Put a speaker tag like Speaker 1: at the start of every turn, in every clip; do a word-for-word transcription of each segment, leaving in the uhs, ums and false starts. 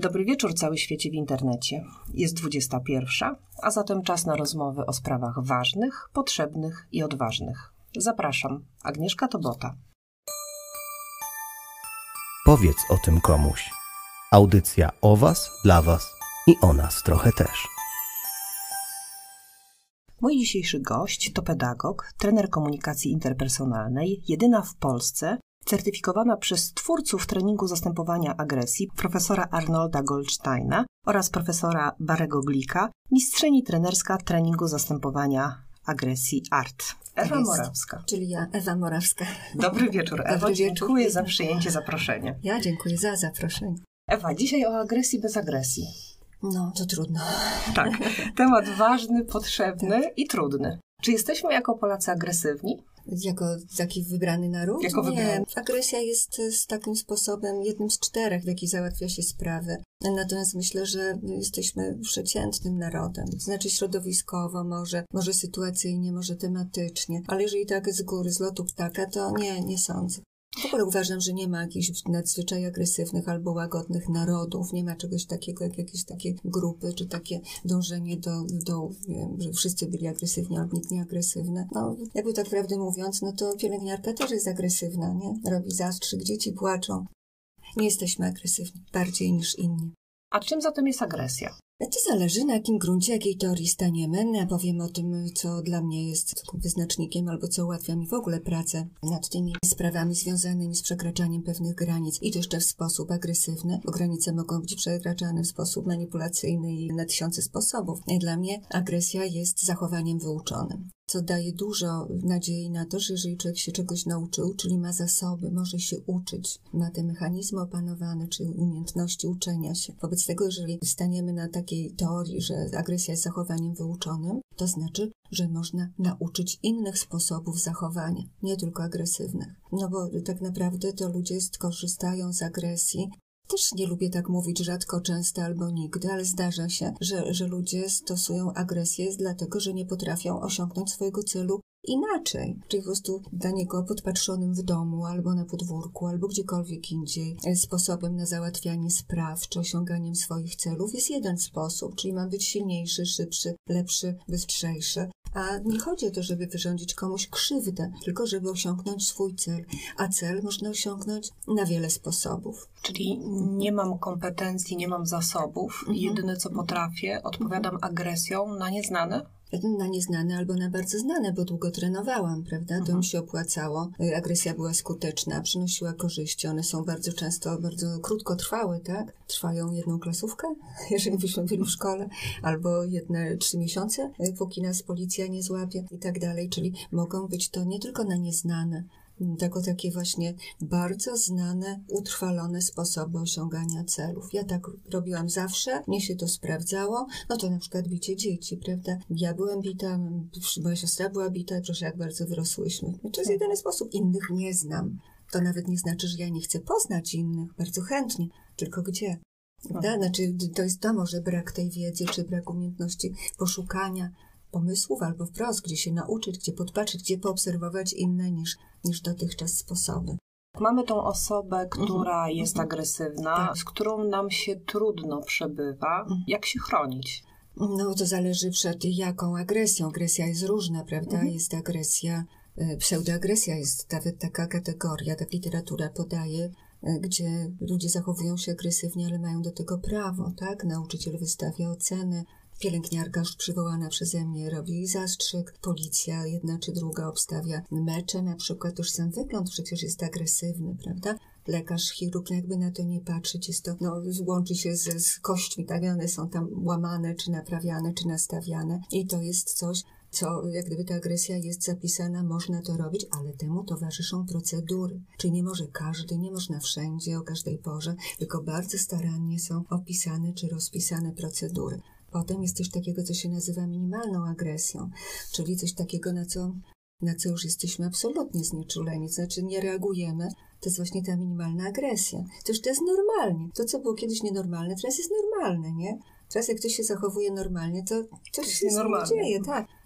Speaker 1: Dobry wieczór cały świecie w internecie. Jest dwudziesta pierwsza, a zatem czas na rozmowy o sprawach ważnych, potrzebnych i odważnych. Zapraszam, Agnieszka Tobota.
Speaker 2: Powiedz o tym komuś. Audycja o was, dla was i o nas trochę też.
Speaker 1: Mój dzisiejszy gość to pedagog, trener komunikacji interpersonalnej, jedyna w Polsce, certyfikowana przez twórców treningu zastępowania agresji profesora Arnolda Goldsteina oraz profesora Barry'ego Glicka, mistrzyni trenerska treningu zastępowania agresji A R T. Ewa Morawska.
Speaker 3: Czyli ja, Ewa Morawska.
Speaker 1: Dobry wieczór, Ewo.
Speaker 3: Dobry
Speaker 1: Dziękuję
Speaker 3: wieczór.
Speaker 1: za przyjęcie zaproszenia.
Speaker 3: Ja dziękuję za zaproszenie.
Speaker 1: Ewa, dzisiaj o agresji bez agresji.
Speaker 3: No, to trudno.
Speaker 1: Tak, temat ważny, potrzebny tak. i trudny. Czy jesteśmy jako Polacy agresywni?
Speaker 3: Jako taki wybrany naród?
Speaker 1: Jako
Speaker 3: Nie.
Speaker 1: wybrany.
Speaker 3: Agresja jest z takim sposobem jednym z czterech, w jaki załatwia się sprawy. Natomiast myślę, że jesteśmy przeciętnym narodem. To znaczy środowiskowo, może, może sytuacyjnie, może tematycznie. Ale jeżeli tak z góry, z lotu ptaka, to nie, nie sądzę. W ogóle uważam, że nie ma jakichś nadzwyczaj agresywnych albo łagodnych narodów, nie ma czegoś takiego jak jakieś takie grupy, czy takie dążenie do, do wiem, że wszyscy byli agresywni albo nikt nie agresywny. No, jakby tak prawdę mówiąc, no to pielęgniarka też jest agresywna, nie? Robi zastrzyk, dzieci płaczą. Nie jesteśmy agresywni, bardziej niż inni.
Speaker 1: A czym zatem jest agresja?
Speaker 3: To zależy, na jakim gruncie, jakiej teorii staniemy. Ja powiem o tym, co dla mnie jest wyznacznikiem albo co ułatwia mi w ogóle pracę nad tymi sprawami związanymi z przekraczaniem pewnych granic i to jeszcze w sposób agresywny, bo granice mogą być przekraczane w sposób manipulacyjny i na tysiące sposobów. Dla mnie agresja jest zachowaniem wyuczonym, co daje dużo nadziei na to, że jeżeli człowiek się czegoś nauczył, czyli ma zasoby, może się uczyć, ma te mechanizmy opanowane, czy umiejętności uczenia się. Wobec tego, jeżeli staniemy na takiej teorii, że agresja jest zachowaniem wyuczonym, to znaczy, że można nauczyć innych sposobów zachowania, nie tylko agresywnych. No bo tak naprawdę to ludzie korzystają z agresji. Też nie lubię tak mówić rzadko, często albo nigdy, ale zdarza się, że, że ludzie stosują agresję dlatego, że nie potrafią osiągnąć swojego celu inaczej. Czyli po prostu dla niego podpatrzonym w domu, albo na podwórku, albo gdziekolwiek indziej sposobem na załatwianie spraw, czy osiąganiem swoich celów jest jeden sposób, czyli ma być silniejszy, szybszy, lepszy, bystrzejszy. A nie chodzi o to, żeby wyrządzić komuś krzywdę, tylko żeby osiągnąć swój cel. A cel można osiągnąć na wiele sposobów.
Speaker 1: Czyli nie mam kompetencji, nie mam zasobów. Mhm. Jedyne, co potrafię, odpowiadam agresją na nieznane?
Speaker 3: Na nieznane albo na bardzo znane, bo długo trenowałam, prawda? To mhm. mi się opłacało. Agresja była skuteczna, przynosiła korzyści. One są bardzo często, bardzo krótko trwały, tak? Trwają jedną klasówkę, jeżeli byśmy byli w szkole, albo jedne trzy miesiące, póki nas policja nie złapie i tak dalej. Czyli mogą być to nie tylko na nieznane, tylko takie właśnie bardzo znane, utrwalone sposoby osiągania celów. Ja tak robiłam zawsze, mnie się to sprawdzało, no to na przykład bicie dzieci, prawda? Ja byłam bita, moja siostra była bita, proszę jak bardzo wyrosłyśmy. To jest jedyny sposób, innych nie znam. To nawet nie znaczy, że ja nie chcę poznać innych, bardzo chętnie, tylko gdzie? Prawda? Znaczy, to jest to może brak tej wiedzy, czy brak umiejętności poszukania pomysłów albo wprost, gdzie się nauczyć, gdzie podpatrzeć, gdzie poobserwować inne niż, niż dotychczas sposoby.
Speaker 1: Mamy tą osobę, która mhm. jest agresywna,
Speaker 3: tak.
Speaker 1: z którą nam się trudno przebywa. Mhm. Jak się chronić?
Speaker 3: No to zależy przed jaką agresją. Agresja jest różna, prawda? Mhm. Jest agresja, pseudoagresja jest nawet taka kategoria, tak literatura podaje, gdzie ludzie zachowują się agresywnie, ale mają do tego prawo, tak? Nauczyciel wystawia oceny, pielęgniarka już przywołana przeze mnie robi zastrzyk, policja jedna czy druga obstawia mecze, na przykład już sam wygląd przecież jest agresywny, prawda? Lekarz, chirurg, jakby na to nie patrzeć, jest to, no, łączy się z, z kośćmi, tak? One są tam łamane, czy naprawiane, czy nastawiane i to jest coś, co jak gdyby ta agresja jest zapisana, można to robić, ale temu towarzyszą procedury. Czyli nie może każdy, nie można wszędzie, o każdej porze, tylko bardzo starannie są opisane czy rozpisane procedury. Potem jest coś takiego, co się nazywa minimalną agresją, czyli coś takiego, na co, na co już jesteśmy absolutnie znieczuleni, to znaczy nie reagujemy. To jest właśnie ta minimalna agresja. To już to jest normalnie. To, co było kiedyś nienormalne, teraz jest normalne, nie? Teraz jak ktoś się zachowuje normalnie, to coś się nie dzieje, tak.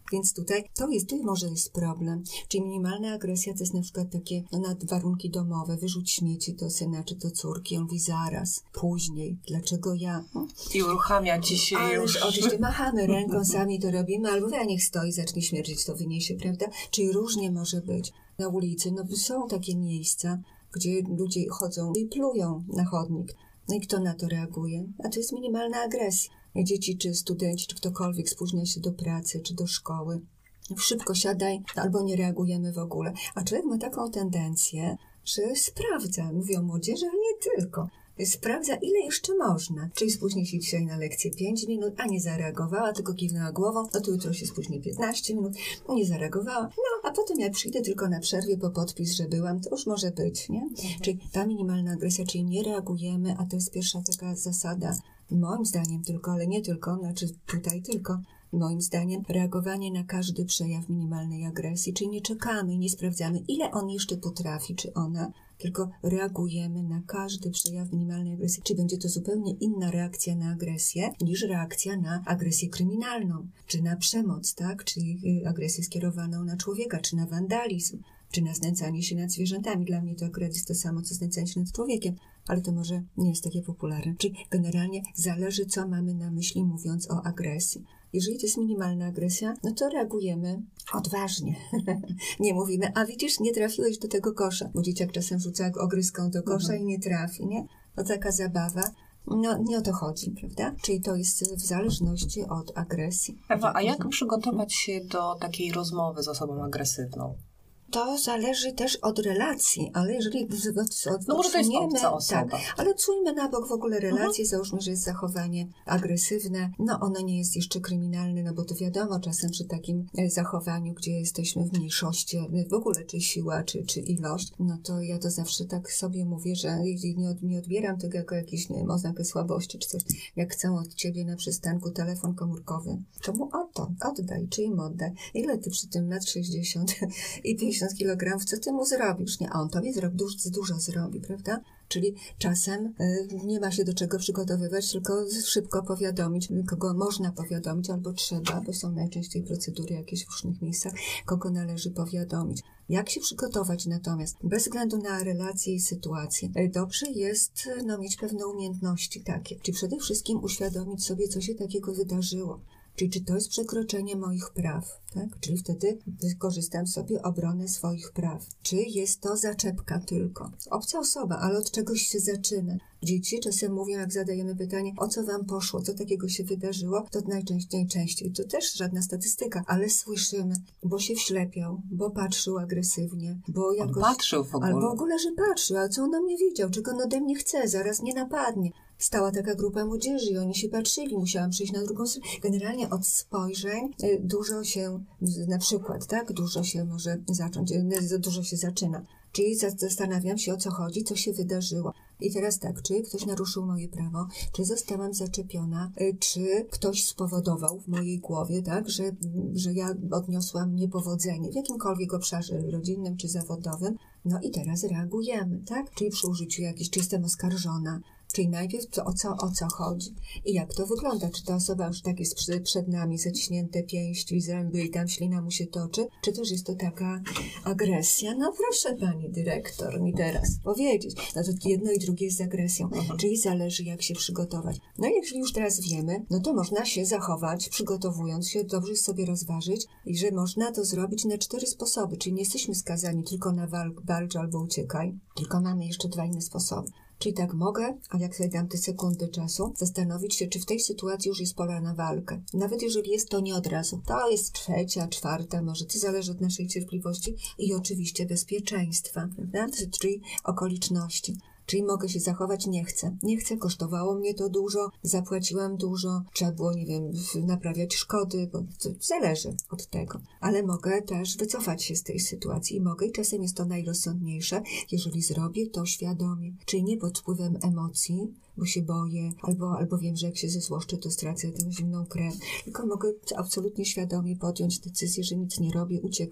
Speaker 3: Więc tutaj to jest, tu może jest problem. Czyli minimalna agresja to jest na przykład takie no, na warunki domowe, wyrzuć śmieci do syna czy do córki, on mówi zaraz, później, dlaczego ja? No.
Speaker 1: I uruchamia ci się
Speaker 3: Ale
Speaker 1: już.
Speaker 3: oczywiście machamy ręką, sami to robimy, albo ja niech stoi, zacznie śmierdzieć, to wyniesie, prawda? Czyli różnie może być. Na ulicy, no są takie miejsca, gdzie ludzie chodzą i plują na chodnik. No i kto na to reaguje? A to jest minimalna agresja. Dzieci, czy studenci, czy ktokolwiek spóźnia się do pracy, czy do szkoły. Szybko siadaj, albo nie reagujemy w ogóle. A człowiek ma taką tendencję, że sprawdza, mówią młodzieży, ale nie tylko. Sprawdza, ile jeszcze można. Czyli spóźni się dzisiaj na lekcję pięć minut, a nie zareagowała, tylko kiwnęła głową, no to jutro się spóźni piętnaście minut, nie zareagowała. No, a potem jak przyjdę tylko na przerwie po podpis, że byłam, to już może być, nie? Mhm. Czyli ta minimalna agresja, czyli nie reagujemy, a to jest pierwsza taka zasada, moim zdaniem tylko, ale nie tylko, znaczy tutaj tylko, moim zdaniem, reagowanie na każdy przejaw minimalnej agresji, czyli nie czekamy i nie sprawdzamy, ile on jeszcze potrafi, czy ona, tylko reagujemy na każdy przejaw minimalnej agresji. Czy będzie to zupełnie inna reakcja na agresję, niż reakcja na agresję kryminalną, czy na przemoc, tak? Czyli agresję skierowaną na człowieka, czy na wandalizm, czy na znęcanie się nad zwierzętami. Dla mnie to akurat jest to samo, co znęcanie się nad człowiekiem, ale to może nie jest takie popularne. Czyli generalnie zależy, co mamy na myśli, mówiąc o agresji. Jeżeli to jest minimalna agresja, no to reagujemy odważnie. Nie mówimy, a widzisz, nie trafiłeś do tego kosza, bo dzieciak czasem rzuca ogryską do kosza mhm. i nie trafi, nie? To taka zabawa. No, nie o to chodzi, prawda? Czyli to jest w zależności od agresji.
Speaker 1: Ewa, a jak przygotować się do takiej rozmowy z osobą agresywną?
Speaker 3: To zależy też od relacji, ale jeżeli od, od,
Speaker 1: no może to jest obca osoba.
Speaker 3: Tak, ale odsujmy na bok w ogóle relacje, mhm. załóżmy, że jest zachowanie agresywne, no ono nie jest jeszcze kryminalne, no bo to wiadomo, czasem przy takim zachowaniu, gdzie jesteśmy w mniejszości, w ogóle czy siła, czy, czy ilość, no to ja to zawsze tak sobie mówię, że nie, od, nie odbieram tego jako jakiś, nie wiem, oznakę słabości, czy coś, jak chcą od ciebie na przystanku telefon komórkowy, to mu oto, oddaj, czy im oddaj. Ile ty przy tym metr sześćdziesiąt i pięćdziesiąt kilogramów, co ty mu zrobisz? Nie, a on tobie zrobi, dużo, dużo zrobi, prawda? Czyli czasem y, nie ma się do czego przygotowywać, tylko szybko powiadomić, kogo można powiadomić, albo trzeba, bo są najczęściej procedury jakieś w różnych miejscach, kogo należy powiadomić. Jak się przygotować natomiast? Bez względu na relacje i sytuacje. Y, dobrze jest no, mieć pewne umiejętności takie. Czyli przede wszystkim uświadomić sobie, co się takiego wydarzyło. Czyli czy to jest przekroczenie moich praw, tak? Czyli wtedy wykorzystam sobie obronę swoich praw. Czy jest to zaczepka tylko? Obca osoba, ale od czegoś się zaczyna. Dzieci czasem mówią, jak zadajemy pytanie, o co wam poszło, co takiego się wydarzyło, to najczęściej, najczęściej, to też żadna statystyka, ale słyszymy, bo się wślepiał, bo patrzył agresywnie, bo jakoś...
Speaker 1: On patrzył w ogóle.
Speaker 3: Albo w ogóle, że patrzył, a co on na mnie widział, czego on ode mnie chce, zaraz nie napadnie. Stała taka grupa młodzieży i oni się patrzyli, musiałam przejść na drugą stronę. Generalnie od spojrzeń dużo się, na przykład, tak, dużo się może zacząć, dużo się zaczyna. Czyli zastanawiam się, o co chodzi, co się wydarzyło. I teraz tak, czy ktoś naruszył moje prawo, czy zostałam zaczepiona, czy ktoś spowodował w mojej głowie, tak, że, że ja odniosłam niepowodzenie w jakimkolwiek obszarze rodzinnym czy zawodowym. No i teraz reagujemy, tak? Czyli przy użyciu jakiejś, czy jestem oskarżona, czyli najpierw to, o, co, o co chodzi i jak to wygląda. Czy ta osoba już tak jest przy, przed nami, zaciśnięte pięści, zęby i tam ślina mu się toczy, czy też jest to taka agresja? No proszę pani dyrektor mi teraz powiedzieć. No to jedno i drugie jest agresją, mhm. czyli zależy jak się przygotować. No i jeśli już teraz wiemy, no to można się zachować, przygotowując się, dobrze sobie rozważyć i że można to zrobić na cztery sposoby, czyli nie jesteśmy skazani tylko na walk, walcz albo uciekaj, tylko mamy jeszcze dwa inne sposoby. Czyli tak mogę, a jak sobie dam te sekundy czasu, zastanowić się, czy w tej sytuacji już jest pora na walkę. Nawet jeżeli jest to nie od razu. To jest trzecia, czwarta, może to zależy od naszej cierpliwości i oczywiście bezpieczeństwa, prawda? Czyli okoliczności. Czyli mogę się zachować, nie chcę. Nie chcę, kosztowało mnie to dużo, zapłaciłam dużo, trzeba było, nie wiem, naprawiać szkody, bo to zależy od tego. Ale mogę też wycofać się z tej sytuacji i mogę, i czasem jest to najrozsądniejsze, jeżeli zrobię to świadomie. Czyli nie pod wpływem emocji, bo się boję, albo, albo wiem, że jak się zezłoszczę, to stracę tę zimną krew, tylko mogę absolutnie świadomie podjąć decyzję, że nic nie robię, uciekam.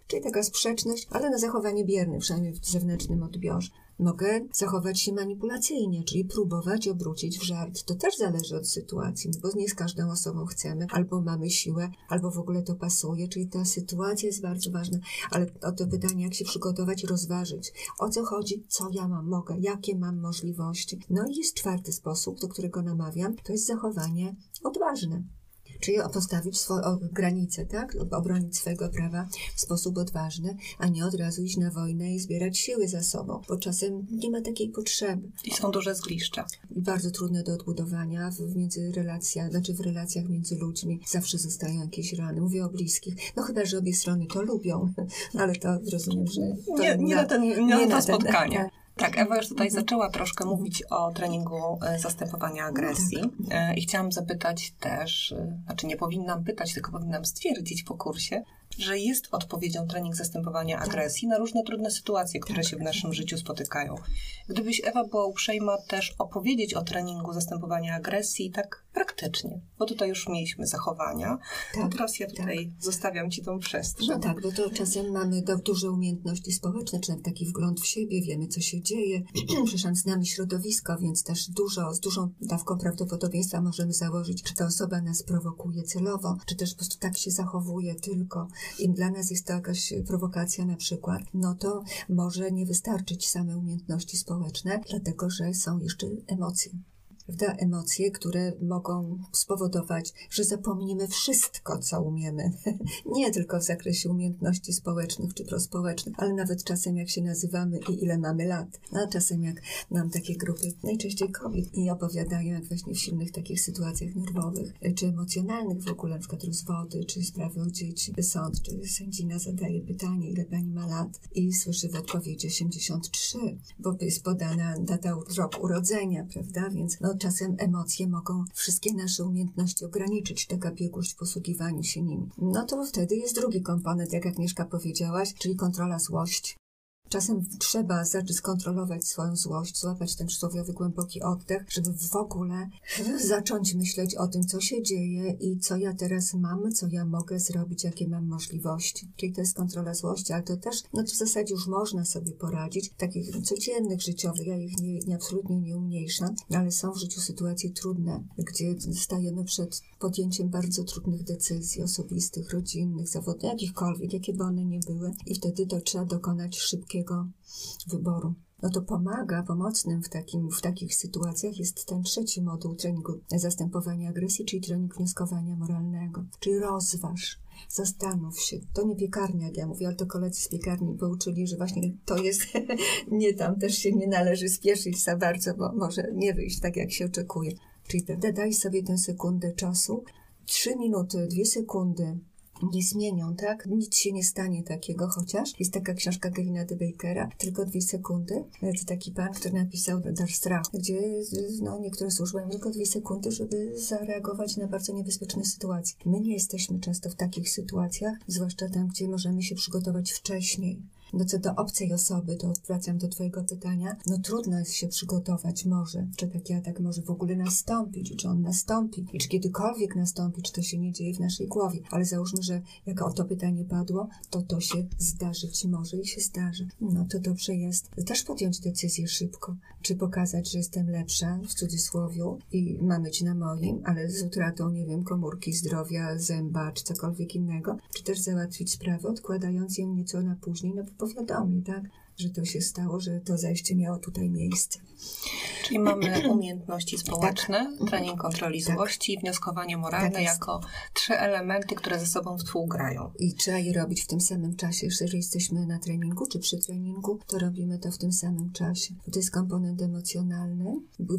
Speaker 3: Czyli taka sprzeczność, ale na zachowanie bierne, przynajmniej w zewnętrznym odbiorze. Mogę zachować się manipulacyjnie, czyli próbować obrócić w żart. To też zależy od sytuacji, no bo nie z każdą osobą chcemy, albo mamy siłę, albo w ogóle to pasuje, czyli ta sytuacja jest bardzo ważna, ale o to pytanie, jak się przygotować i rozważyć, o co chodzi, co ja mam, mogę, jakie mam możliwości. No i jest czwarty sposób, do którego namawiam, to jest zachowanie odważne. Czyli postawić swoje granice, tak? Obronić swojego prawa w sposób odważny, a nie od razu iść na wojnę i zbierać siły za sobą, bo czasem nie ma takiej potrzeby.
Speaker 1: I są duże zgliszcza.
Speaker 3: I bardzo trudne do odbudowania w między relacjach, znaczy w relacjach między ludźmi. Zawsze zostają jakieś rany. Mówię o bliskich. No chyba, że obie strony to lubią, ale to rozumiem, że... To
Speaker 1: nie, nie na, ten, nie nie na to spotkanie.
Speaker 3: Ten,
Speaker 1: Tak, Ewa już tutaj zaczęła troszkę mówić o treningu zastępowania agresji i chciałam zapytać też, znaczy nie powinnam pytać, tylko powinnam stwierdzić po kursie, że jest odpowiedzią trening zastępowania agresji na różne trudne sytuacje, które się w naszym życiu spotykają. Gdybyś, Ewa, była uprzejma też opowiedzieć o treningu zastępowania agresji tak praktycznie, bo tutaj już mieliśmy zachowania,
Speaker 3: tak,
Speaker 1: to teraz ja tutaj
Speaker 3: tak.
Speaker 1: zostawiam Ci tą przestrzeń.
Speaker 3: No tak, bo to czasem mamy do, duże umiejętności społeczne, czy nawet taki wgląd w siebie, wiemy, co się dzieje, przepraszam, znamy środowisko, więc też dużo, z dużą dawką prawdopodobieństwa możemy założyć, czy ta osoba nas prowokuje celowo, czy też po prostu tak się zachowuje tylko. I dla nas jest to jakaś prowokacja na przykład, no to może nie wystarczyć same umiejętności społeczne, dlatego że są jeszcze emocje. Prawda? Emocje, które mogą spowodować, że zapomnimy wszystko, co umiemy. Nie tylko w zakresie umiejętności społecznych czy prospołecznych, ale nawet czasem jak się nazywamy i ile mamy lat. A czasem jak nam takie grupy, najczęściej kobiet, i opowiadają jak właśnie w silnych takich sytuacjach nerwowych czy emocjonalnych w ogóle, na przykład rozwody, czy sprawy o dzieci, sąd, czy sędzina zadaje pytanie, ile pani ma lat i słyszy w odpowiedzi osiemdziesiąt trzy, bo jest podana data, rok urodzenia, prawda, więc no czasem emocje mogą wszystkie nasze umiejętności ograniczyć, taka biegłość w posługiwaniu się nimi. No to wtedy jest drugi komponent, jak Agnieszka powiedziałaś, czyli kontrola złości. Czasem trzeba skontrolować swoją złość, złapać ten przysłowiowy głęboki oddech, żeby w ogóle zacząć myśleć o tym, co się dzieje i co ja teraz mam, co ja mogę zrobić, jakie mam możliwości. Czyli to jest kontrola złości, ale to też, no to w zasadzie już można sobie poradzić, takich codziennych, życiowych, ja ich nie, nie, absolutnie nie umniejszam, ale są w życiu sytuacje trudne, gdzie stajemy przed podjęciem bardzo trudnych decyzji osobistych, rodzinnych, zawodnych, jakichkolwiek, jakie by one nie były i wtedy to trzeba dokonać szybkiego wyboru. No to pomaga, pomocnym w, takim, w takich sytuacjach jest ten trzeci moduł treningu zastępowania agresji, czyli trening wnioskowania moralnego. Czyli rozważ, zastanów się. To nie piekarnia, jak ja mówię, ale to koledzy z piekarni pouczyli, że właśnie to jest, nie tam też się nie należy spieszyć za bardzo, bo może nie wyjść tak, jak się oczekuje. Czyli prawda, daj sobie tę sekundę czasu, trzy minuty, dwie sekundy, nie zmienią, tak? Nic się nie stanie takiego, chociaż jest taka książka Kevina de Bakera, tylko dwie sekundy. To taki pan, który napisał Dar strachu, gdzie no, niektóre służby mają tylko dwie sekundy, żeby zareagować na bardzo niebezpieczne sytuacje. My nie jesteśmy często w takich sytuacjach, zwłaszcza tam, gdzie możemy się przygotować wcześniej. No co do obcej osoby, to wracam do twojego pytania, no trudno jest się przygotować może, czy taki atak może w ogóle nastąpić, czy on nastąpi, i czy kiedykolwiek nastąpi, czy to się nie dzieje w naszej głowie. Ale załóżmy, że jak o to pytanie padło, to to się zdarzyć może i się zdarzy. No to dobrze jest też podjąć decyzję szybko, czy pokazać, że jestem lepsza, w cudzysłowiu, i mam być na moim, ale z utratą, nie wiem, komórki zdrowia, zęba, czy cokolwiek innego, czy też załatwić sprawę, odkładając ją nieco na później, no powiadomię, tak, że to się stało, że to zajście miało tutaj miejsce.
Speaker 1: Czyli mamy umiejętności społeczne,
Speaker 3: tak.
Speaker 1: trening kontroli
Speaker 3: tak.
Speaker 1: złości, wnioskowanie moralne
Speaker 3: tak
Speaker 1: jako trzy elementy, które ze sobą współgrają.
Speaker 3: I trzeba je robić w tym samym czasie. Jeżeli jesteśmy na treningu czy przy treningu, to robimy to w tym samym czasie. To jest komponent emocjonalny,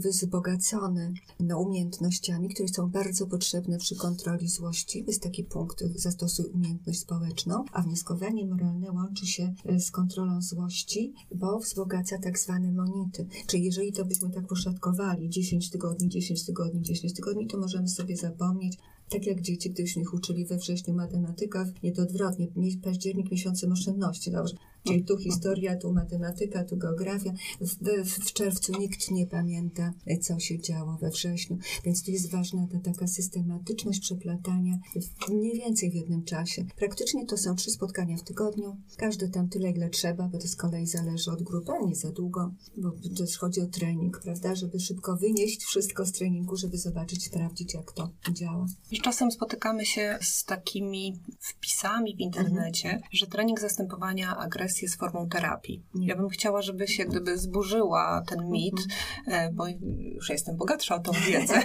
Speaker 3: wzbogacony no, umiejętnościami, które są bardzo potrzebne przy kontroli złości. Jest taki punkt, zastosuj umiejętność społeczną, a wnioskowanie moralne łączy się z kontrolą złości, bo wzbogaca tak zwane monity. Czyli jeżeli to byśmy tak poszatkowali dziesięć tygodni, dziesięć tygodni, dziesięć tygodni, to możemy sobie zapomnieć, tak jak dzieci, gdybyśmy ich uczyli we wrześniu matematyka, nie to odwrotnie, październik miesiącem oszczędności, dobrze. Czyli tu historia, tu matematyka, tu geografia. W, w, w czerwcu nikt nie pamięta, co się działo we wrześniu. Więc tu jest ważna ta taka systematyczność przeplatania w, mniej więcej w jednym czasie. Praktycznie to są trzy spotkania w tygodniu. Każde tam tyle, ile trzeba, bo to z kolei zależy od grupy, ale nie za długo, bo też chodzi o trening, prawda, żeby szybko wynieść wszystko z treningu, żeby zobaczyć, sprawdzić, jak to działa.
Speaker 1: Czasem spotykamy się z takimi wpisami w internecie, mhm. że trening zastępowania agresji jest formą terapii. Nie. Ja bym chciała, żebyś jak gdyby zburzyła ten mit, mhm. bo już jestem bogatsza o tą wiedzę,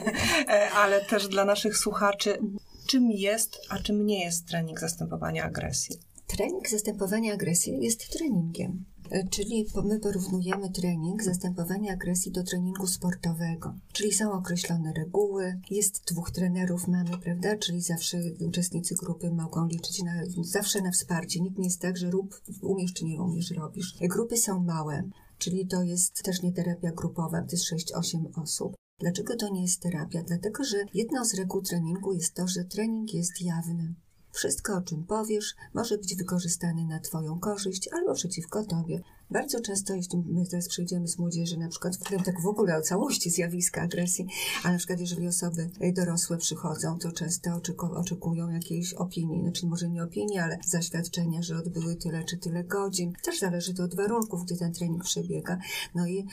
Speaker 1: ale też dla naszych słuchaczy, czym jest, a czym nie jest trening zastępowania agresji?
Speaker 3: Trening zastępowania agresji jest treningiem. Czyli my porównujemy trening zastępowania agresji do treningu sportowego. Czyli są określone reguły, jest dwóch trenerów mamy, prawda? Czyli zawsze uczestnicy grupy mogą liczyć na, zawsze na wsparcie. Nikt nie jest tak, że rób, umiesz czy nie umiesz, robisz. Grupy są małe, czyli to jest też nie terapia grupowa, to jest sześć osiem osób. Dlaczego to nie jest terapia? Dlatego, że jedną z reguł treningu jest to, że trening jest jawny. Wszystko, o czym powiesz, może być wykorzystane na twoją korzyść albo przeciwko tobie. Bardzo często, jeśli my teraz przejdziemy z młodzieży, na przykład tak w ogóle o całości zjawiska agresji, ale na przykład jeżeli osoby dorosłe przychodzą, to często oczekują, oczekują jakiejś opinii, znaczy może nie opinii, ale zaświadczenia, że odbyły tyle czy tyle godzin. Też zależy to od warunków, gdzie ten trening przebiega. No i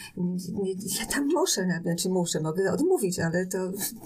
Speaker 3: ja tam muszę, znaczy muszę, mogę odmówić, ale to,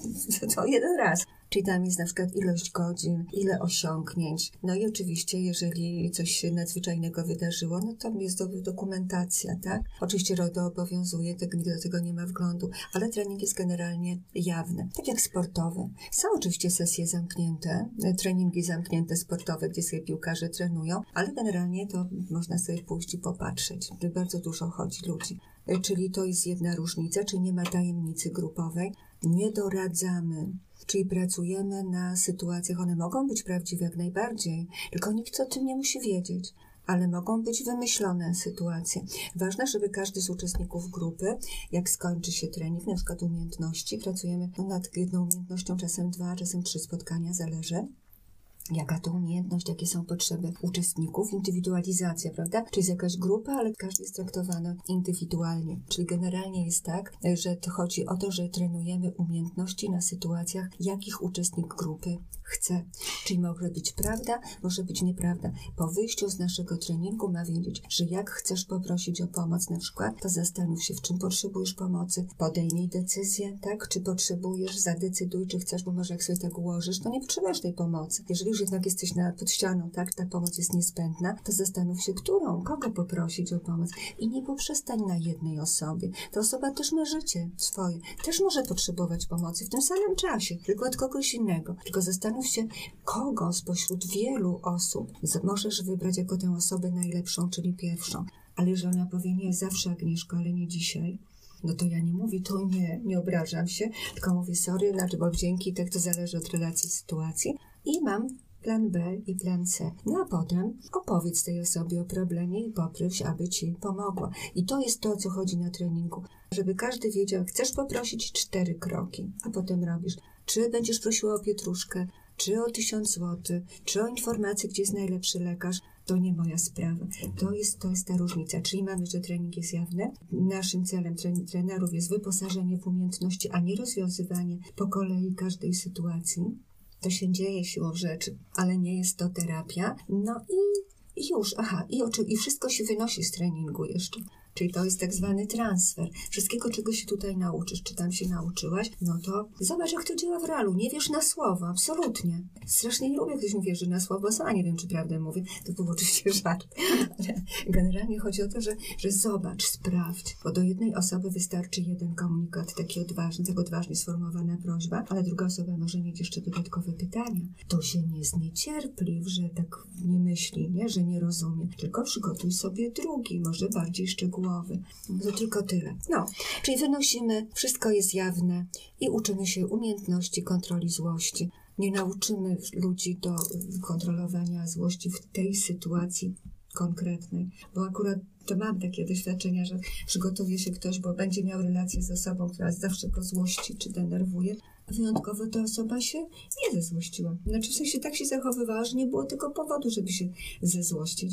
Speaker 3: to jeden raz. Czyli tam jest na przykład ilość godzin, ile osiągnięć. No i oczywiście, jeżeli coś się nadzwyczajnego wydarzyło, no to jest do, dokumentacja, tak? Oczywiście RODO obowiązuje, tego, do tego nie ma wglądu, ale trening jest generalnie jawny. Tak jak sportowy. Są oczywiście sesje zamknięte, treningi zamknięte sportowe, gdzie sobie piłkarze trenują, ale generalnie to można sobie pójść i popatrzeć. Bardzo dużo chodzi ludzi. Czyli to jest jedna różnica, czyli nie ma tajemnicy grupowej. Nie doradzamy. Czyli pracujemy na sytuacjach, one mogą być prawdziwe jak najbardziej, tylko nikt o tym nie musi wiedzieć, ale mogą być wymyślone sytuacje. Ważne, żeby każdy z uczestników grupy, jak skończy się trening, na przykład umiejętności, pracujemy nad jedną umiejętnością, czasem dwa, czasem trzy spotkania, zależy. Jaka to umiejętność, jakie są potrzeby uczestników, indywidualizacja, prawda? Czyli jest jakaś grupa, ale każdy jest traktowany indywidualnie. Czyli generalnie jest tak, że to chodzi o to, że trenujemy umiejętności na sytuacjach, jakich uczestnik grupy chce. Czyli może być prawda, może być nieprawda. Po wyjściu z naszego treningu ma wiedzieć, że jak chcesz poprosić o pomoc na przykład, to zastanów się, w czym potrzebujesz pomocy, podejmij decyzję, tak? Czy potrzebujesz, zadecyduj, czy chcesz, bo może jak sobie tak ułożysz, to nie potrzebujesz tej pomocy. Jeżeli już jednak jesteś na, pod ścianą, tak? Ta pomoc jest niezbędna, to zastanów się, którą, kogo poprosić o pomoc. I nie poprzestań na jednej osobie. Ta osoba też ma życie swoje. Też może potrzebować pomocy w tym samym czasie, tylko od kogoś innego. Tylko zastanów się, kogo spośród wielu osób możesz wybrać jako tę osobę najlepszą, czyli pierwszą. Ale jeżeli ona powie, nie, zawsze Agnieszko, ale nie dzisiaj, no to ja nie mówię, to nie, nie obrażam się, tylko mówię, sorry, znaczy, bo dzięki, tak to zależy od relacji, sytuacji. I mam plan B i plan C. No a potem opowiedz tej osobie o problemie i poproś, aby ci pomogła. I to jest to, o co chodzi na treningu. Żeby każdy wiedział, chcesz poprosić cztery kroki, a potem robisz. Czy będziesz prosiła o pietruszkę, czy o tysiąc złotych, czy o informację, gdzie jest najlepszy lekarz, to nie moja sprawa. To jest, to jest ta różnica. Czyli mamy, że trening jest jawny. Naszym celem tren- trenerów jest wyposażenie w umiejętności, a nie rozwiązywanie po kolei każdej sytuacji. To się dzieje siłą rzeczy, ale nie jest to terapia. No i, i już, aha, i, oczy, i wszystko się wynosi z treningu jeszcze. Czyli to jest tak zwany transfer. Wszystkiego, czego się tutaj nauczysz, czy tam się nauczyłaś, no to zobacz, jak to działa w realu. Nie wiesz na słowo, absolutnie. Strasznie nie lubię, jak ktoś mi wierzy na słowo, sama nie wiem, czy prawdę mówię. To był oczywiście żart. Ale generalnie chodzi o to, że, że zobacz, sprawdź. Bo do jednej osoby wystarczy jeden komunikat, taki odważny, tak odważnie sformułowana prośba, ale druga osoba może mieć jeszcze dodatkowe pytania. To się nie zniecierpliw, że tak nie myśli, nie, że nie rozumie. Tylko przygotuj sobie drugi, może bardziej szczegółowy. To tylko tyle. No, czyli wynosimy, wszystko jest jawne i uczymy się umiejętności kontroli złości. Nie nauczymy ludzi do kontrolowania złości w tej sytuacji konkretnej, bo akurat to mam takie doświadczenia, że przygotuje się ktoś, bo będzie miał relację z osobą, która zawsze go złości czy denerwuje. Wyjątkowo ta osoba się nie zezłościła. Znaczy w sensie tak się zachowywała, że nie było tego powodu, żeby się zezłościć.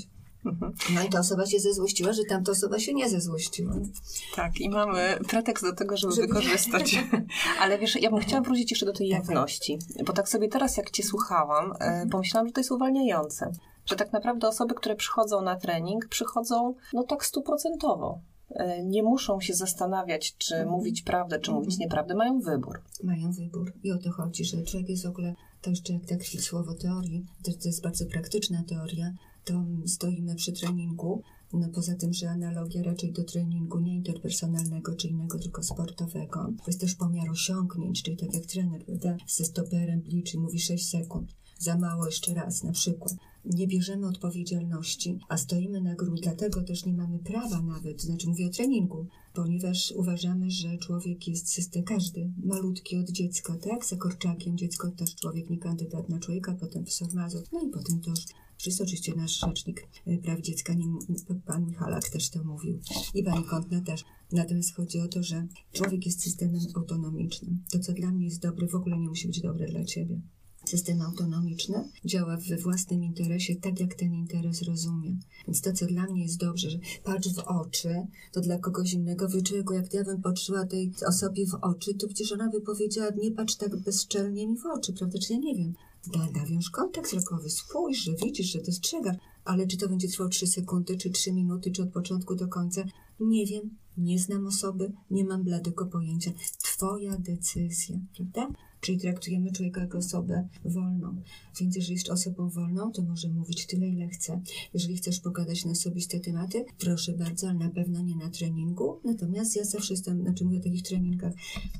Speaker 1: Mhm.
Speaker 3: No i ta osoba się zezłościła, że tamta osoba się nie zezłościła.
Speaker 1: Tak, i mamy pretekst do tego, żeby, żeby... wykorzystać. Ale wiesz, ja bym chciała wrócić jeszcze do tej jawności, bo tak sobie teraz, jak cię słuchałam, mhm. pomyślałam, że to jest uwalniające. Że tak naprawdę osoby, które przychodzą na trening, przychodzą no tak stuprocentowo. Nie muszą się zastanawiać, czy mm. mówić prawdę, czy mówić nieprawdę. Mają wybór.
Speaker 3: Mają wybór. I o to chodzi, że człowiek jest w ogóle, to jeszcze jak tak słowo teorii, to, to jest bardzo praktyczna teoria, to stoimy przy treningu, no poza tym, że analogia raczej do treningu nie interpersonalnego czy innego, tylko sportowego. To jest też pomiar osiągnięć, czyli tak jak trener, prawda, ze stoperem liczy, mówi sześć sekund. Za mało jeszcze raz, na przykład. Nie bierzemy odpowiedzialności, a stoimy na gruncie. Dlatego też nie mamy prawa nawet, to znaczy mówię o treningu, ponieważ uważamy, że człowiek jest system, każdy, malutki od dziecka, tak? Za Korczakiem dziecko też człowiek, nie kandydat na człowieka, potem profesor Mazur, no i potem to już wszyscy, oczywiście nasz rzecznik praw dziecka, nie, pan Michalak też to mówił i pani Kątna też. Natomiast chodzi o to, że człowiek jest systemem autonomicznym. To, co dla mnie jest dobre, w ogóle nie musi być dobre dla ciebie. System autonomiczny działa we własnym interesie tak, jak ten interes rozumie. Więc to, co dla mnie jest dobrze, że patrz w oczy, to dla kogoś innego wyczuję, jak ja bym patrzyła tej osobie w oczy, to przecież ona by powiedziała, nie patrz tak bezczelnie mi w oczy, prawda? Czy ja nie wiem. Da, nawiąż kontakt wzrokowy, spójrz, że widzisz, że dostrzegasz, ale czy to będzie trwało trzy sekundy, czy trzy minuty, czy od początku do końca, nie wiem, nie znam osoby, nie mam bladego pojęcia. Twoja decyzja, prawda? Czyli traktujemy człowieka jako osobę wolną. Więc jeżeli jest osobą wolną, to może mówić tyle, ile chce. Jeżeli chcesz pogadać na osobiste tematy, proszę bardzo, ale na pewno nie na treningu. Natomiast ja zawsze jestem, znaczy mówię o takich treningach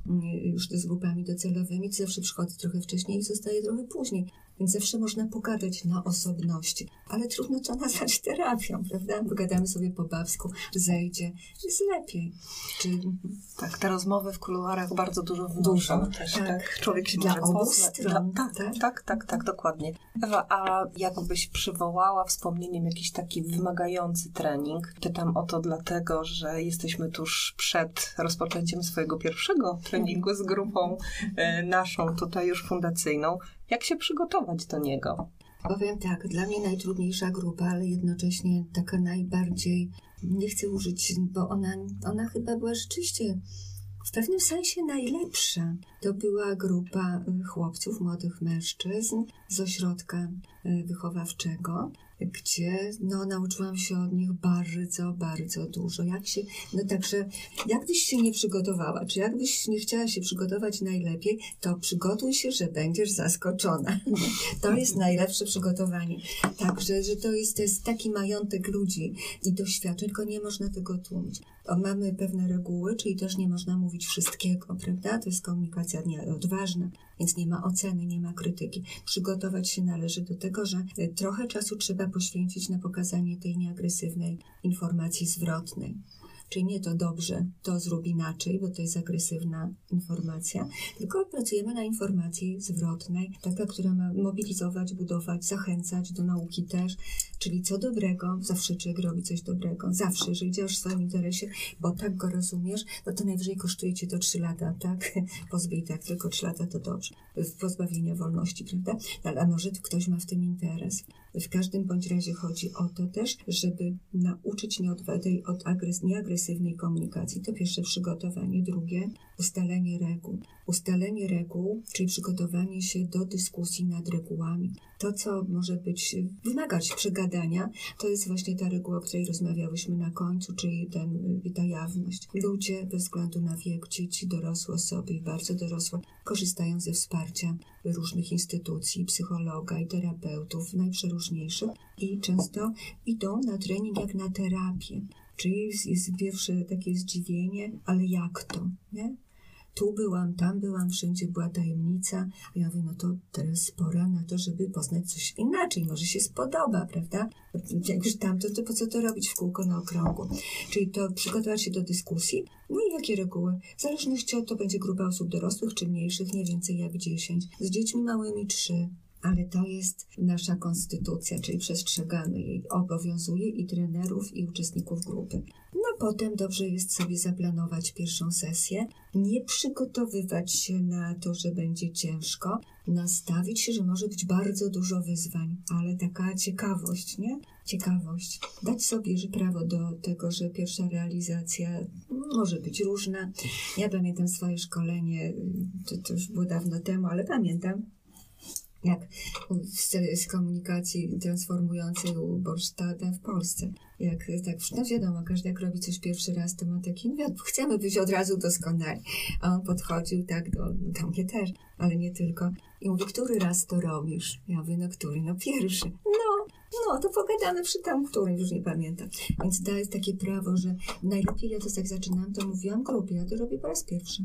Speaker 3: już z grupami docelowymi, to zawsze przychodzę trochę wcześniej i zostaję trochę później. Więc zawsze można pogadać na osobności. Ale trudno to nazwać terapią, prawda? Pogadamy sobie po babsku, zejdzie, jest lepiej. Czyli...
Speaker 1: Tak, te rozmowy w kuluarach bardzo dużo wnoszą.
Speaker 3: Dużo,
Speaker 1: też,
Speaker 3: tak.
Speaker 1: tak. Człowiek się
Speaker 3: dla
Speaker 1: może
Speaker 3: obu
Speaker 1: poznać.
Speaker 3: stron.
Speaker 1: Dla, tak, tak, tak, tak, tak, dokładnie. Ewa, a jakbyś przywołała wspomnieniem jakiś taki wymagający trening? Pytam o to dlatego, że jesteśmy tuż przed rozpoczęciem swojego pierwszego treningu z grupą e, naszą tutaj już fundacyjną. Jak się przygotować do niego?
Speaker 3: Powiem tak, dla mnie najtrudniejsza grupa, ale jednocześnie taka najbardziej, nie chcę użyć, bo ona, ona chyba była rzeczywiście w pewnym sensie najlepsza. To była grupa chłopców, młodych mężczyzn z ośrodka wychowawczego, gdzie no, nauczyłam się od nich bardzo, bardzo dużo. Jak się, no także, jakbyś się nie przygotowała, czy jakbyś nie chciała się przygotować najlepiej, to przygotuj się, że będziesz zaskoczona. To jest najlepsze przygotowanie. Także, że to jest, to jest taki majątek ludzi i doświadczeń, tylko nie można tego tłumić. O, mamy pewne reguły, czyli też nie można mówić wszystkiego, prawda? To jest komunikacja odważna, więc nie ma oceny, nie ma krytyki. Przygotować się należy do tego, że trochę czasu trzeba poświęcić na pokazanie tej nieagresywnej informacji zwrotnej. Czyli nie to dobrze, to zrób inaczej, bo to jest agresywna informacja, tylko pracujemy na informacji zwrotnej, taka, która ma mobilizować, budować, zachęcać do nauki też, czyli co dobrego, zawsze człowiek robi coś dobrego, zawsze, jeżeli działasz w swoim interesie, bo tak go rozumiesz, no to najwyżej kosztuje cię to trzy lata, tak? Pozbyj tak, tylko trzy lata to dobrze. Pozbawienia wolności, prawda? Ale a może ktoś ma w tym interes. W każdym bądź razie chodzi o to też, żeby nauczyć nie od tej od agres- nieagresywnej komunikacji. To pierwsze przygotowanie. Drugie, ustalenie reguł. Ustalenie reguł, czyli przygotowanie się do dyskusji nad regułami. To, co może być, wymagać przegadania, to jest właśnie ta reguła, o której rozmawiałyśmy na końcu, czyli ten, ta jawność. Ludzie, bez względu na wiek, dzieci, dorosłe osoby i bardzo dorosłe, korzystają ze wsparcia różnych instytucji, psychologa i terapeutów, najprzeróżniejszych i często idą na trening jak na terapię. Czyli jest, jest pierwsze takie zdziwienie, ale jak to, nie? Tu byłam, tam byłam, wszędzie była tajemnica. A ja mówię, no to teraz pora na to, żeby poznać coś inaczej. Może się spodoba, prawda? Jak już tam, to, to po co to robić w kółko na okrągło? Czyli to przygotować się do dyskusji. No i jakie reguły? W zależności od to będzie grupa osób dorosłych czy mniejszych, nie więcej jak dziesięć. Z dziećmi małymi trzy. Ale to jest nasza konstytucja, czyli przestrzegamy jej. Obowiązuje i trenerów, i uczestników grupy. No potem dobrze jest sobie zaplanować pierwszą sesję, nie przygotowywać się na to, że będzie ciężko, nastawić się, że może być bardzo dużo wyzwań, ale taka ciekawość, nie? Ciekawość. Dać sobie że prawo do tego, że pierwsza realizacja może być różna. Ja pamiętam swoje szkolenie, to, to już było dawno temu, ale pamiętam, jak z, z komunikacji transformującej u Borstada w Polsce. Jak tak, no wiadomo, każdy jak robi coś pierwszy raz, to ma taki, no chcemy być od razu doskonali. A on podchodził tak do, do mnie też, ale nie tylko. I mówi, który raz to robisz? Ja mówię, no który? No pierwszy. No, no, to pogadamy przy tam, którym, już nie pamiętam. Więc daje takie prawo, że najlepiej ja to jak zaczynam, to mówiłam grupie, ja to robię po raz pierwszy.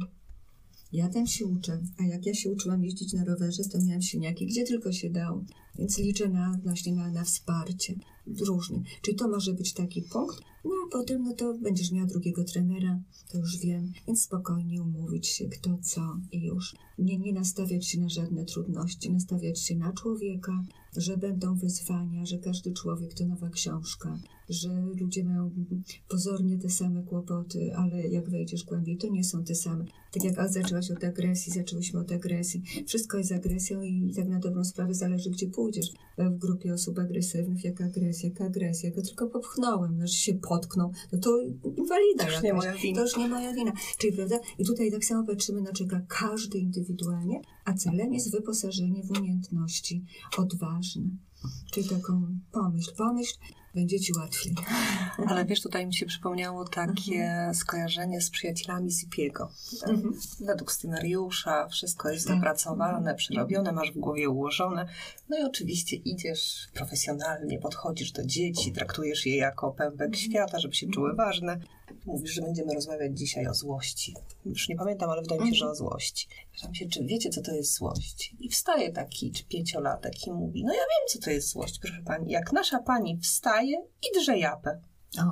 Speaker 3: Ja tam się uczę, a jak ja się uczyłam jeździć na rowerze, to miałam siniaki, gdzie tylko się dało. Więc liczę na, właśnie na, na wsparcie. Różnie. Czyli to może być taki punkt, no a potem no to będziesz miała drugiego trenera, to już wiem. Więc spokojnie umówić się kto co i już. Nie, nie nastawiać się na żadne trudności, nastawiać się na człowieka, że będą wyzwania, że każdy człowiek to nowa książka, że ludzie mają pozornie te same kłopoty, ale jak wejdziesz głębiej, to nie są te same. Tak jak zaczęłaś od agresji, zaczęłyśmy od agresji. Wszystko jest agresją i tak na dobrą sprawę zależy, gdzie pójdziesz. W grupie osób agresywnych, jak agresja, jak agresja. Go tylko popchnąłem, no, że się potknął, no to inwalida
Speaker 1: to już nie moja wina.
Speaker 3: To już nie moja wina. Czyli, prawda? I tutaj tak samo patrzymy na człowieka, każdy indywidualnie, a celem jest wyposażenie w umiejętności odważne. Czyli taką pomyśl, pomyśl, będzie ci łatwiej.
Speaker 1: Ale wiesz, tutaj mi się przypomniało takie mhm. skojarzenie z przyjacielami Zipiego. Mhm. Według scenariusza wszystko jest tak. dopracowane, mhm. przerobione, masz w głowie ułożone. No i oczywiście idziesz profesjonalnie, podchodzisz do dzieci, traktujesz je jako pępek mhm. świata, żeby się czuły ważne. Mówisz, że będziemy rozmawiać dzisiaj o złości. Już nie pamiętam, ale wydaje mi się, że o złości. Pytam się, czy wiecie, co to jest złość? I wstaje taki czy pięciolatek i mówi, no ja wiem, co to jest złość, proszę pani. Jak nasza pani wstaje i drze japę.
Speaker 3: O.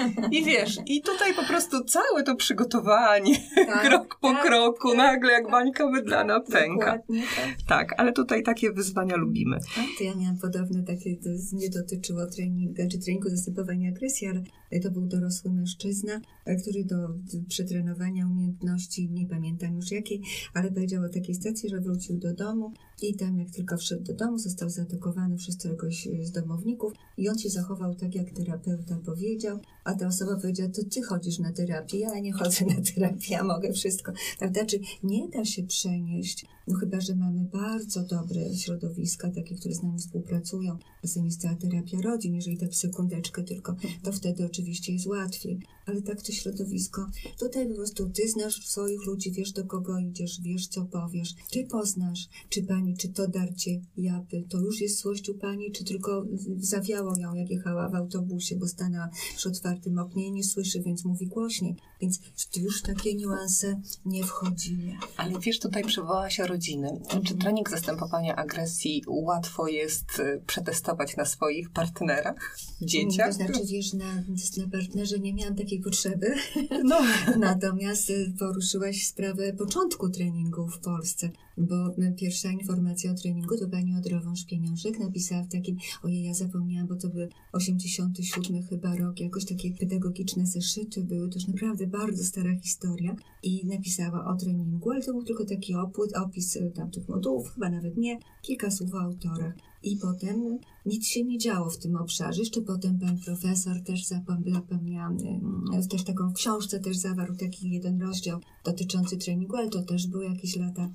Speaker 1: I wiesz, i tutaj po prostu całe to przygotowanie, tak, krok po
Speaker 3: tak,
Speaker 1: kroku,
Speaker 3: tak,
Speaker 1: nagle jak
Speaker 3: tak,
Speaker 1: bańka mydlana
Speaker 3: tak,
Speaker 1: pęka.
Speaker 3: Tak.
Speaker 1: tak, ale tutaj takie wyzwania lubimy.
Speaker 3: Tak, to ja miałam podobne takie, to nie dotyczyło treningu, czy treningu zastępowania agresji, ale to był dorosły mężczyzna, który do przetrenowania umiejętności, nie pamiętam już jakiej, ale powiedział o takiej stacji, że wrócił do domu i tam jak tylko wszedł do domu, został zaatakowany przez któregoś z domowników i on się zachował tak, jak terapeuta powiedział, a ta osoba powiedziała, to ty chodzisz na terapię, ja nie chodzę na terapię, ja mogę wszystko. Prawda? Czy nie da się przenieść, no chyba, że mamy bardzo dobre środowiska, takie, które z nami współpracują. Czasem jest cała terapia rodzin, jeżeli tak w sekundeczkę tylko, to wtedy oczywiście jest łatwiej. Ale tak to środowisko, tutaj po prostu ty znasz swoich ludzi, wiesz do kogo idziesz, wiesz co powiesz, ty poznasz, czy pani, czy to darcie japy, to już jest złość u pani, czy tylko zawiało ją, jak jechała w autobusie, bo stanęła przy otwartym oknie i nie słyszy, więc mówi głośniej. Więc już takie niuanse nie wchodzimy.
Speaker 1: Ale wiesz, tutaj przywołała się rodziny. Mm-hmm. Czy trening zastępowania agresji łatwo jest przetestować na swoich partnerach, dzieciach?
Speaker 3: To znaczy, wiesz, na, na partnerze nie miałam takiej potrzeby. No. Natomiast poruszyłaś sprawę początku treningu w Polsce, bo pierwsza informacja o treningu to pani Odrowąż-Pieniążek napisała w takim, ojej, ja zapomniałam, bo to był osiemdziesiąty siódmy chyba rok, jakoś takie pedagogiczne zeszyty były, to już naprawdę bardzo stara historia i napisała o treningu, ale to był tylko taki opłyt, opis tamtych modułów, chyba nawet nie, kilka słów o autorach. I potem nic się nie działo w tym obszarze. Jeszcze potem pan profesor też zapomniałam, też taką w książce też zawarł taki jeden rozdział dotyczący treningu, ale to też były jakieś lata,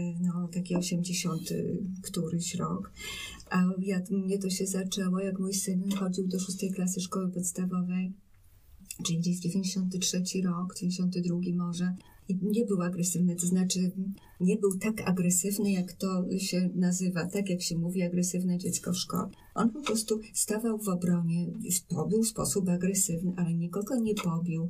Speaker 3: no taki osiemdziesiąty któryś rok. A ja, mnie to się zaczęło, jak mój syn chodził do szóstej klasy szkoły podstawowej, czyli gdzieś dziewięćdziesiąty trzeci rok, dziewięćdziesiąty drugi może. I nie był agresywny, to znaczy nie był tak agresywny, jak to się nazywa, tak jak się mówi agresywne dziecko w szkole. On po prostu stawał w obronie, pobił w sposób agresywny, ale nikogo nie pobił.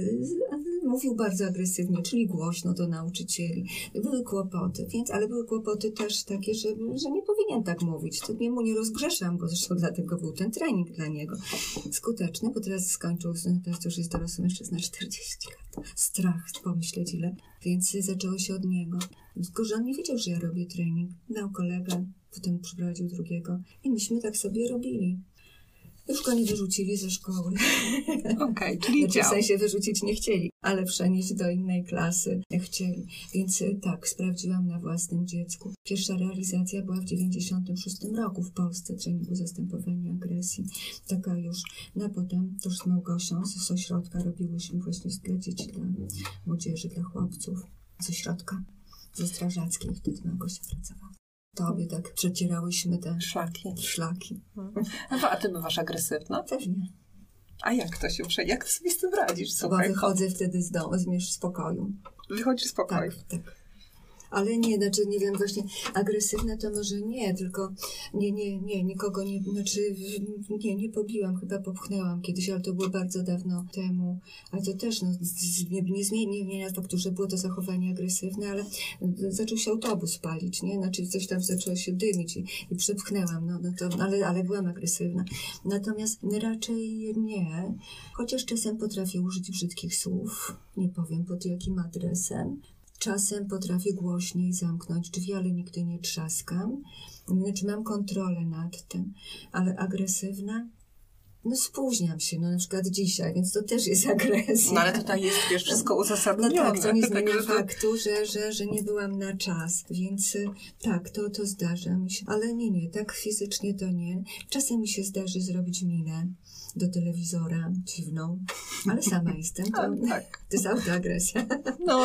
Speaker 3: Mówił bardzo agresywnie, czyli głośno do nauczycieli. Były kłopoty, więc, ale były kłopoty też takie, że, że nie powinien tak mówić. To nie mu nie rozgrzeszam go, zresztą dlatego był ten trening dla niego skuteczny, bo teraz skończył, teraz już jest dorosły mężczyzna, czterdzieści lat. Strach pomyśleć ile, więc zaczęło się od niego. Tylko, że on nie wiedział, że ja robię trening. Dał kolegę, potem przyprowadził drugiego i myśmy tak sobie robili. Już go nie wyrzucili ze szkoły.
Speaker 1: Okej, okay, czyli
Speaker 3: znaczy,
Speaker 1: dział.
Speaker 3: w sensie wyrzucić nie chcieli, ale przenieść do innej klasy chcieli. Więc tak, sprawdziłam na własnym dziecku. Pierwsza realizacja była w dziewięćdziesiątym szóstym roku w Polsce, treningu zastępowania agresji. Taka już, no a potem też z Małgosią z ośrodka robiłyśmy właśnie dla dzieci, dla młodzieży, dla chłopców z ośrodka, ze strażackiej. Wtedy Małgosia pracowała. To obie tak przecierałyśmy te
Speaker 1: szlaki.
Speaker 3: szlaki.
Speaker 1: No, a ty bywasz agresywna?
Speaker 3: Pewnie.
Speaker 1: A jak to się prze... Jak ty sobie z tym radzisz? Słuchaj?
Speaker 3: Bo wychodzę wtedy z domu, z, z pokoju.
Speaker 1: Wychodzisz z pokoju?
Speaker 3: Tak, tak. Ale nie, znaczy nie wiem, właśnie agresywne to może nie, tylko nie, nie, nie, nikogo nie, znaczy nie, nie pobiłam, chyba popchnęłam kiedyś, ale to było bardzo dawno temu, ale to też no, nie, nie zmienia faktu, że było to zachowanie agresywne, ale zaczął się autobus palić, nie, znaczy coś tam zaczęło się dymić i, i przepchnęłam, no, no to, ale, ale byłam agresywna. Natomiast raczej nie, chociaż czasem potrafię użyć brzydkich słów, nie powiem pod jakim adresem. Czasem potrafię głośniej zamknąć drzwi, ale nigdy nie trzaskam. Znaczy mam kontrolę nad tym, ale agresywna? No spóźniam się, no na przykład dzisiaj, więc to też jest agresja.
Speaker 1: No ale tutaj jest, wiesz, wszystko uzasadnione.
Speaker 3: No tak, to nie zmienia
Speaker 1: tak,
Speaker 3: faktu, że, że, że nie byłam na czas, więc tak, to, to zdarza mi się. Ale nie, nie, tak fizycznie to nie. Czasem mi się zdarzy zrobić minę do telewizora dziwną, ale sama jestem. To,
Speaker 1: tak.
Speaker 3: to jest autoagresja.
Speaker 1: No.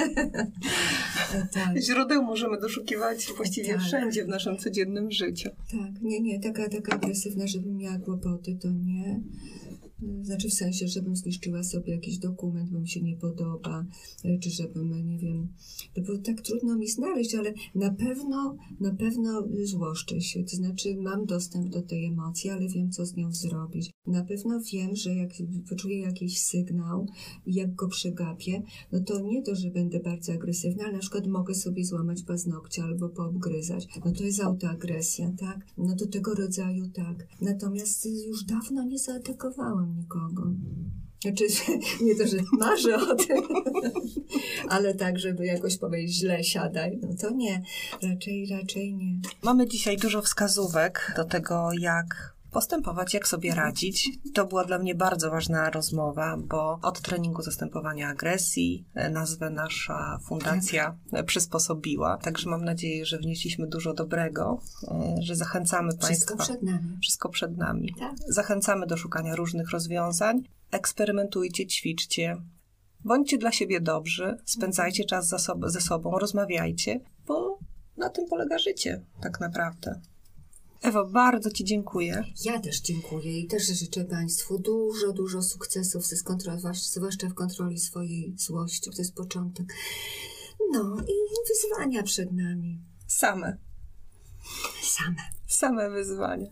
Speaker 3: Tak.
Speaker 1: Źródeł możemy doszukiwać właściwie
Speaker 3: tak.
Speaker 1: wszędzie w naszym codziennym życiu.
Speaker 3: Tak, nie, nie, taka, taka agresywna, żebym miała kłopoty, to nie. Znaczy w sensie, żebym zniszczyła sobie jakiś dokument, bo mi się nie podoba, czy żebym, nie wiem, no bo tak trudno mi znaleźć, ale na pewno, na pewno złoszczę się, to znaczy mam dostęp do tej emocji, ale wiem, co z nią zrobić. Na pewno wiem, że jak poczuję jakiś sygnał i jak go przegapię, no to nie to, że będę bardzo agresywna, ale na przykład mogę sobie złamać paznokcie albo poobgryzać. No to jest autoagresja, tak? No do tego rodzaju tak. Natomiast już dawno nie zaatakowałam nikogo. Znaczy, nie to, że marzę o tym, ale tak, żeby jakoś powiedzieć źle siadaj, no to nie. Raczej, raczej nie.
Speaker 1: Mamy dzisiaj dużo wskazówek do tego, jak postępować, jak sobie radzić. To była dla mnie bardzo ważna rozmowa, bo od treningu zastępowania agresji nazwę nasza fundacja tak. przysposobiła. Także mam nadzieję, że wnieśliśmy dużo dobrego, że zachęcamy
Speaker 3: Wszystko
Speaker 1: Państwa.
Speaker 3: Wszystko przed nami.
Speaker 1: Wszystko przed nami.
Speaker 3: Tak.
Speaker 1: Zachęcamy do szukania różnych rozwiązań. Eksperymentujcie, ćwiczcie. Bądźcie dla siebie dobrzy, spędzajcie czas ze sobą, ze sobą, rozmawiajcie, bo na tym polega życie tak naprawdę. Ewo, bardzo Ci dziękuję.
Speaker 3: Ja też dziękuję i też życzę Państwu dużo, dużo sukcesów, zwłaszcza w kontroli swojej złości. To jest początek. No i wyzwania przed nami.
Speaker 1: Same.
Speaker 3: Same.
Speaker 1: Same wyzwania.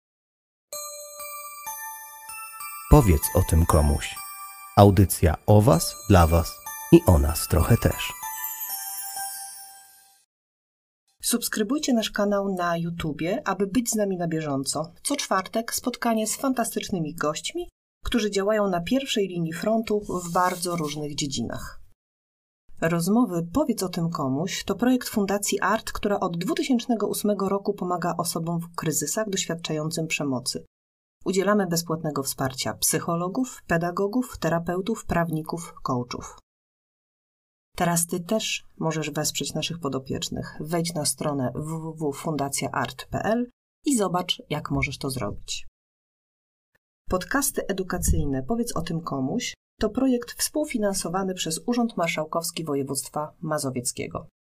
Speaker 2: Powiedz o tym komuś. Audycja o Was, dla Was i o nas trochę też.
Speaker 1: Subskrybujcie nasz kanał na YouTubie, aby być z nami na bieżąco. Co czwartek spotkanie z fantastycznymi gośćmi, którzy działają na pierwszej linii frontu w bardzo różnych dziedzinach. Rozmowy Powiedz o tym komuś to projekt Fundacji ART, która od dwa tysiące ósmego roku pomaga osobom w kryzysach doświadczającym przemocy. Udzielamy bezpłatnego wsparcia psychologów, pedagogów, terapeutów, prawników, coachów. Teraz Ty też możesz wesprzeć naszych podopiecznych. Wejdź na stronę w w w kropka fundacja art kropka p l i zobacz, jak możesz to zrobić. Podcasty edukacyjne Powiedz o tym komuś to projekt współfinansowany przez Urząd Marszałkowski Województwa Mazowieckiego.